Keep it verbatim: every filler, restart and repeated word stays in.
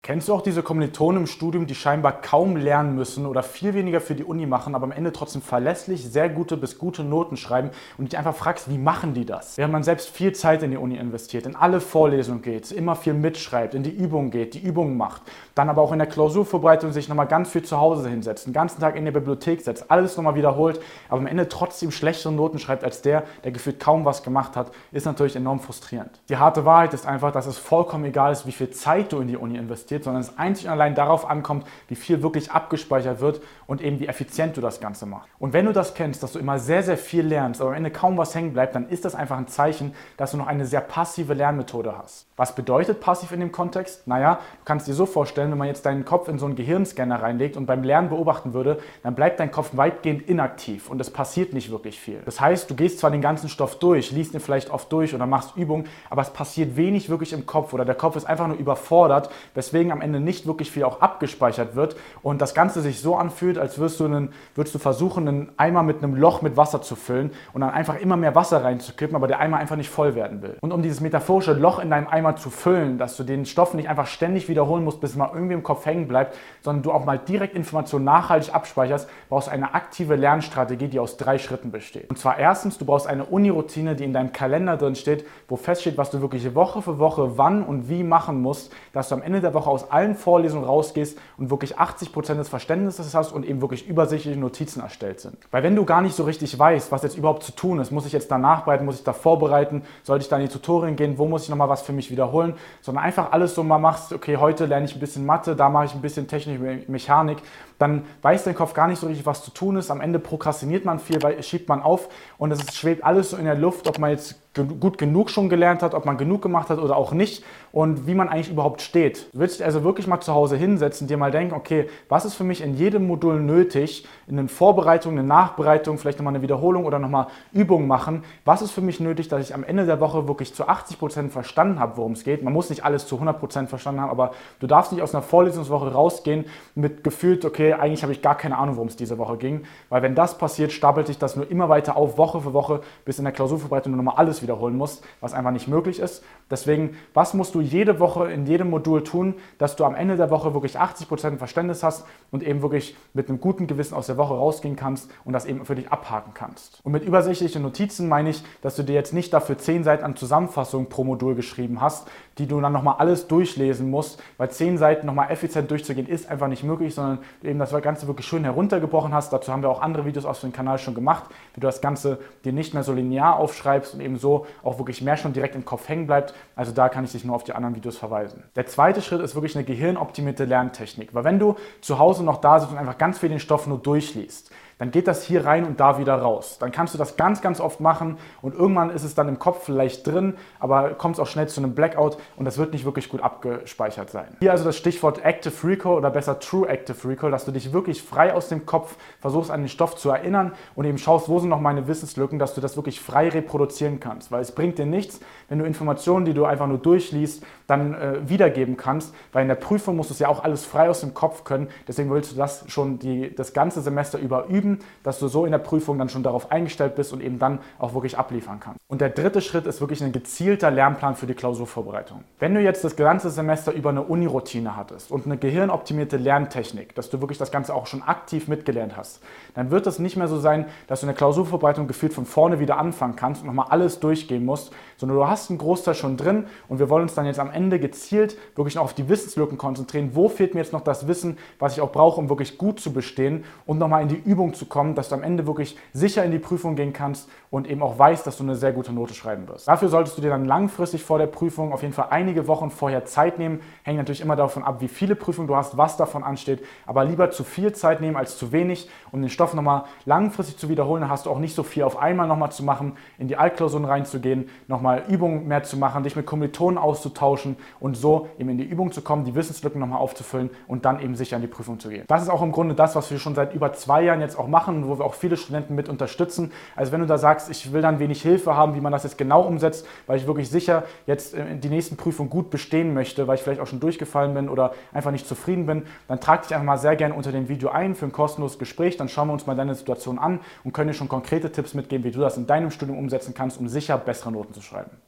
Kennst du auch diese Kommilitonen im Studium, die scheinbar kaum lernen müssen oder viel weniger für die Uni machen, aber am Ende trotzdem verlässlich sehr gute bis gute Noten schreiben und dich einfach fragst, wie machen die das? Während man selbst viel Zeit in die Uni investiert, in alle Vorlesungen geht, immer viel mitschreibt, in die Übungen geht, die Übungen macht, dann aber auch in der Klausurvorbereitung sich nochmal ganz viel zu Hause hinsetzt, den ganzen Tag in der Bibliothek setzt, alles nochmal wiederholt, aber am Ende trotzdem schlechtere Noten schreibt als der, der gefühlt kaum was gemacht hat, ist natürlich enorm frustrierend. Die harte Wahrheit ist einfach, dass es vollkommen egal ist, wie viel Zeit du in die Uni investierst, sondern es einzig und allein darauf ankommt, wie viel wirklich abgespeichert wird und eben wie effizient du das Ganze machst. Und wenn du das kennst, dass du immer sehr, sehr viel lernst, aber am Ende kaum was hängen bleibt, dann ist das einfach ein Zeichen, dass du noch eine sehr passive Lernmethode hast. Was bedeutet passiv in dem Kontext? Naja, du kannst dir so vorstellen, wenn man jetzt deinen Kopf in so einen Gehirnscanner reinlegt und beim Lernen beobachten würde, dann bleibt dein Kopf weitgehend inaktiv und es passiert nicht wirklich viel. Das heißt, du gehst zwar den ganzen Stoff durch, liest ihn vielleicht oft durch oder machst Übungen, aber es passiert wenig wirklich im Kopf oder der Kopf ist einfach nur überfordert, weswegen am Ende nicht wirklich viel auch abgespeichert wird und das Ganze sich so anfühlt, als würdest du, einen, würdest du versuchen, einen Eimer mit einem Loch mit Wasser zu füllen und dann einfach immer mehr Wasser reinzukippen, aber der Eimer einfach nicht voll werden will. Und um dieses metaphorische Loch in deinem Eimer zu füllen, dass du den Stoff nicht einfach ständig wiederholen musst, bis es mal irgendwie im Kopf hängen bleibt, sondern du auch mal direkt Informationen nachhaltig abspeicherst, brauchst du eine aktive Lernstrategie, die aus drei Schritten besteht. Und zwar erstens, du brauchst eine Uni-Routine, die in deinem Kalender drin steht, wo feststeht, was du wirklich Woche für Woche wann und wie machen musst, dass du am Ende der Woche aus allen Vorlesungen rausgehst und wirklich achtzig Prozent des Verständnisses hast und eben wirklich übersichtliche Notizen erstellt sind. Weil wenn du gar nicht so richtig weißt, was jetzt überhaupt zu tun ist, muss ich jetzt da nachbereiten, muss ich da vorbereiten, sollte ich da in die Tutorien gehen, wo muss ich nochmal was für mich wiederholen, sondern einfach alles so mal machst, okay, heute lerne ich ein bisschen Mathe, da mache ich ein bisschen technische Mechanik, dann weiß dein Kopf gar nicht so richtig, was zu tun ist. Am Ende prokrastiniert man viel, weil schiebt man auf und es schwebt alles so in der Luft, ob man jetzt gut genug schon gelernt hat, ob man genug gemacht hat oder auch nicht und wie man eigentlich überhaupt steht. Du willst dich also wirklich mal zu Hause hinsetzen, dir mal denken, okay, was ist für mich in jedem Modul nötig, in den Vorbereitungen, in der Nachbereitung, vielleicht nochmal eine Wiederholung oder nochmal Übungen machen, was ist für mich nötig, dass ich am Ende der Woche wirklich zu achtzig Prozent verstanden habe, worum es geht. Man muss nicht alles zu hundert Prozent verstanden haben, aber du darfst nicht aus einer Vorlesungswoche rausgehen mit gefühlt, okay, eigentlich habe ich gar keine Ahnung, worum es diese Woche ging, weil wenn das passiert, stapelt sich das nur immer weiter auf, Woche für Woche, bis in der Klausurvorbereitung nur nochmal alles wiederholen musst, was einfach nicht möglich ist. Deswegen, was musst du jede Woche in jedem Modul tun, dass du am Ende der Woche wirklich achtzig Prozent Verständnis hast und eben wirklich mit einem guten Gewissen aus der Woche rausgehen kannst und das eben für dich abhaken kannst. Und mit übersichtlichen Notizen meine ich, dass du dir jetzt nicht dafür zehn Seiten an Zusammenfassung pro Modul geschrieben hast, die du dann nochmal alles durchlesen musst, weil zehn Seiten nochmal effizient durchzugehen ist einfach nicht möglich, sondern du eben das Ganze wirklich schön heruntergebrochen hast. Dazu haben wir auch andere Videos auf dem Kanal schon gemacht, wie du das Ganze dir nicht mehr so linear aufschreibst und eben so auch wirklich mehr schon direkt im Kopf hängen bleibt. Also da kann ich dich nur auf die anderen Videos verweisen. Der zweite Schritt ist wirklich eine gehirnoptimierte Lerntechnik, weil wenn du zu Hause noch da sitzt und einfach ganz viel den Stoff nur durchliest, dann geht das hier rein und da wieder raus. Dann kannst du das ganz, ganz oft machen und irgendwann ist es dann im Kopf vielleicht drin, aber kommt es auch schnell zu einem Blackout und das wird nicht wirklich gut abgespeichert sein. Hier also das Stichwort Active Recall oder besser True Active Recall, dass du dich wirklich frei aus dem Kopf versuchst, an den Stoff zu erinnern und eben schaust, wo sind noch meine Wissenslücken, dass du das wirklich frei reproduzieren kannst. Weil es bringt dir nichts, wenn du Informationen, die du einfach nur durchliest, dann äh, wiedergeben kannst, weil in der Prüfung musst du es ja auch alles frei aus dem Kopf können. Deswegen willst du das schon die, das ganze Semester über üben, dass du so in der Prüfung dann schon darauf eingestellt bist und eben dann auch wirklich abliefern kannst. Und der dritte Schritt ist wirklich ein gezielter Lernplan für die Klausurvorbereitung. Wenn du jetzt das ganze Semester über eine Uni-Routine hattest und eine gehirnoptimierte Lerntechnik, dass du wirklich das Ganze auch schon aktiv mitgelernt hast, dann wird es nicht mehr so sein, dass du in der Klausurvorbereitung gefühlt von vorne wieder anfangen kannst und nochmal alles durchgehen musst, sondern du hast einen Großteil schon drin und wir wollen uns dann jetzt am Ende gezielt wirklich noch auf die Wissenslücken konzentrieren. Wo fehlt mir jetzt noch das Wissen, was ich auch brauche, um wirklich gut zu bestehen und nochmal in die Übung zu kommen, dass du am Ende wirklich sicher in die Prüfung gehen kannst und eben auch weißt, dass du eine sehr gute Note schreiben wirst. Dafür solltest du dir dann langfristig vor der Prüfung auf jeden Fall einige Wochen vorher Zeit nehmen. Hängt natürlich immer davon ab, wie viele Prüfungen du hast, was davon ansteht, aber lieber zu viel Zeit nehmen als zu wenig, um den Stoff nochmal langfristig zu wiederholen. Dann hast du auch nicht so viel auf einmal nochmal zu machen, in die Altklausuren reinzugehen, nochmal Übungen mehr zu machen, dich mit Kommilitonen auszutauschen und so eben in die Übung zu kommen, die Wissenslücken nochmal aufzufüllen und dann eben sicher in die Prüfung zu gehen. Das ist auch im Grunde das, was wir schon seit über zwei Jahren jetzt auch machen, wo wir auch viele Studenten mit unterstützen. Also wenn du da sagst, ich will dann wenig Hilfe haben, wie man das jetzt genau umsetzt, weil ich wirklich sicher jetzt die nächsten Prüfungen gut bestehen möchte, weil ich vielleicht auch schon durchgefallen bin oder einfach nicht zufrieden bin, dann trag dich einfach mal sehr gerne unter dem Video ein für ein kostenloses Gespräch. Dann schauen wir uns mal deine Situation an und können dir schon konkrete Tipps mitgeben, wie du das in deinem Studium umsetzen kannst, um sicher bessere Noten zu schreiben.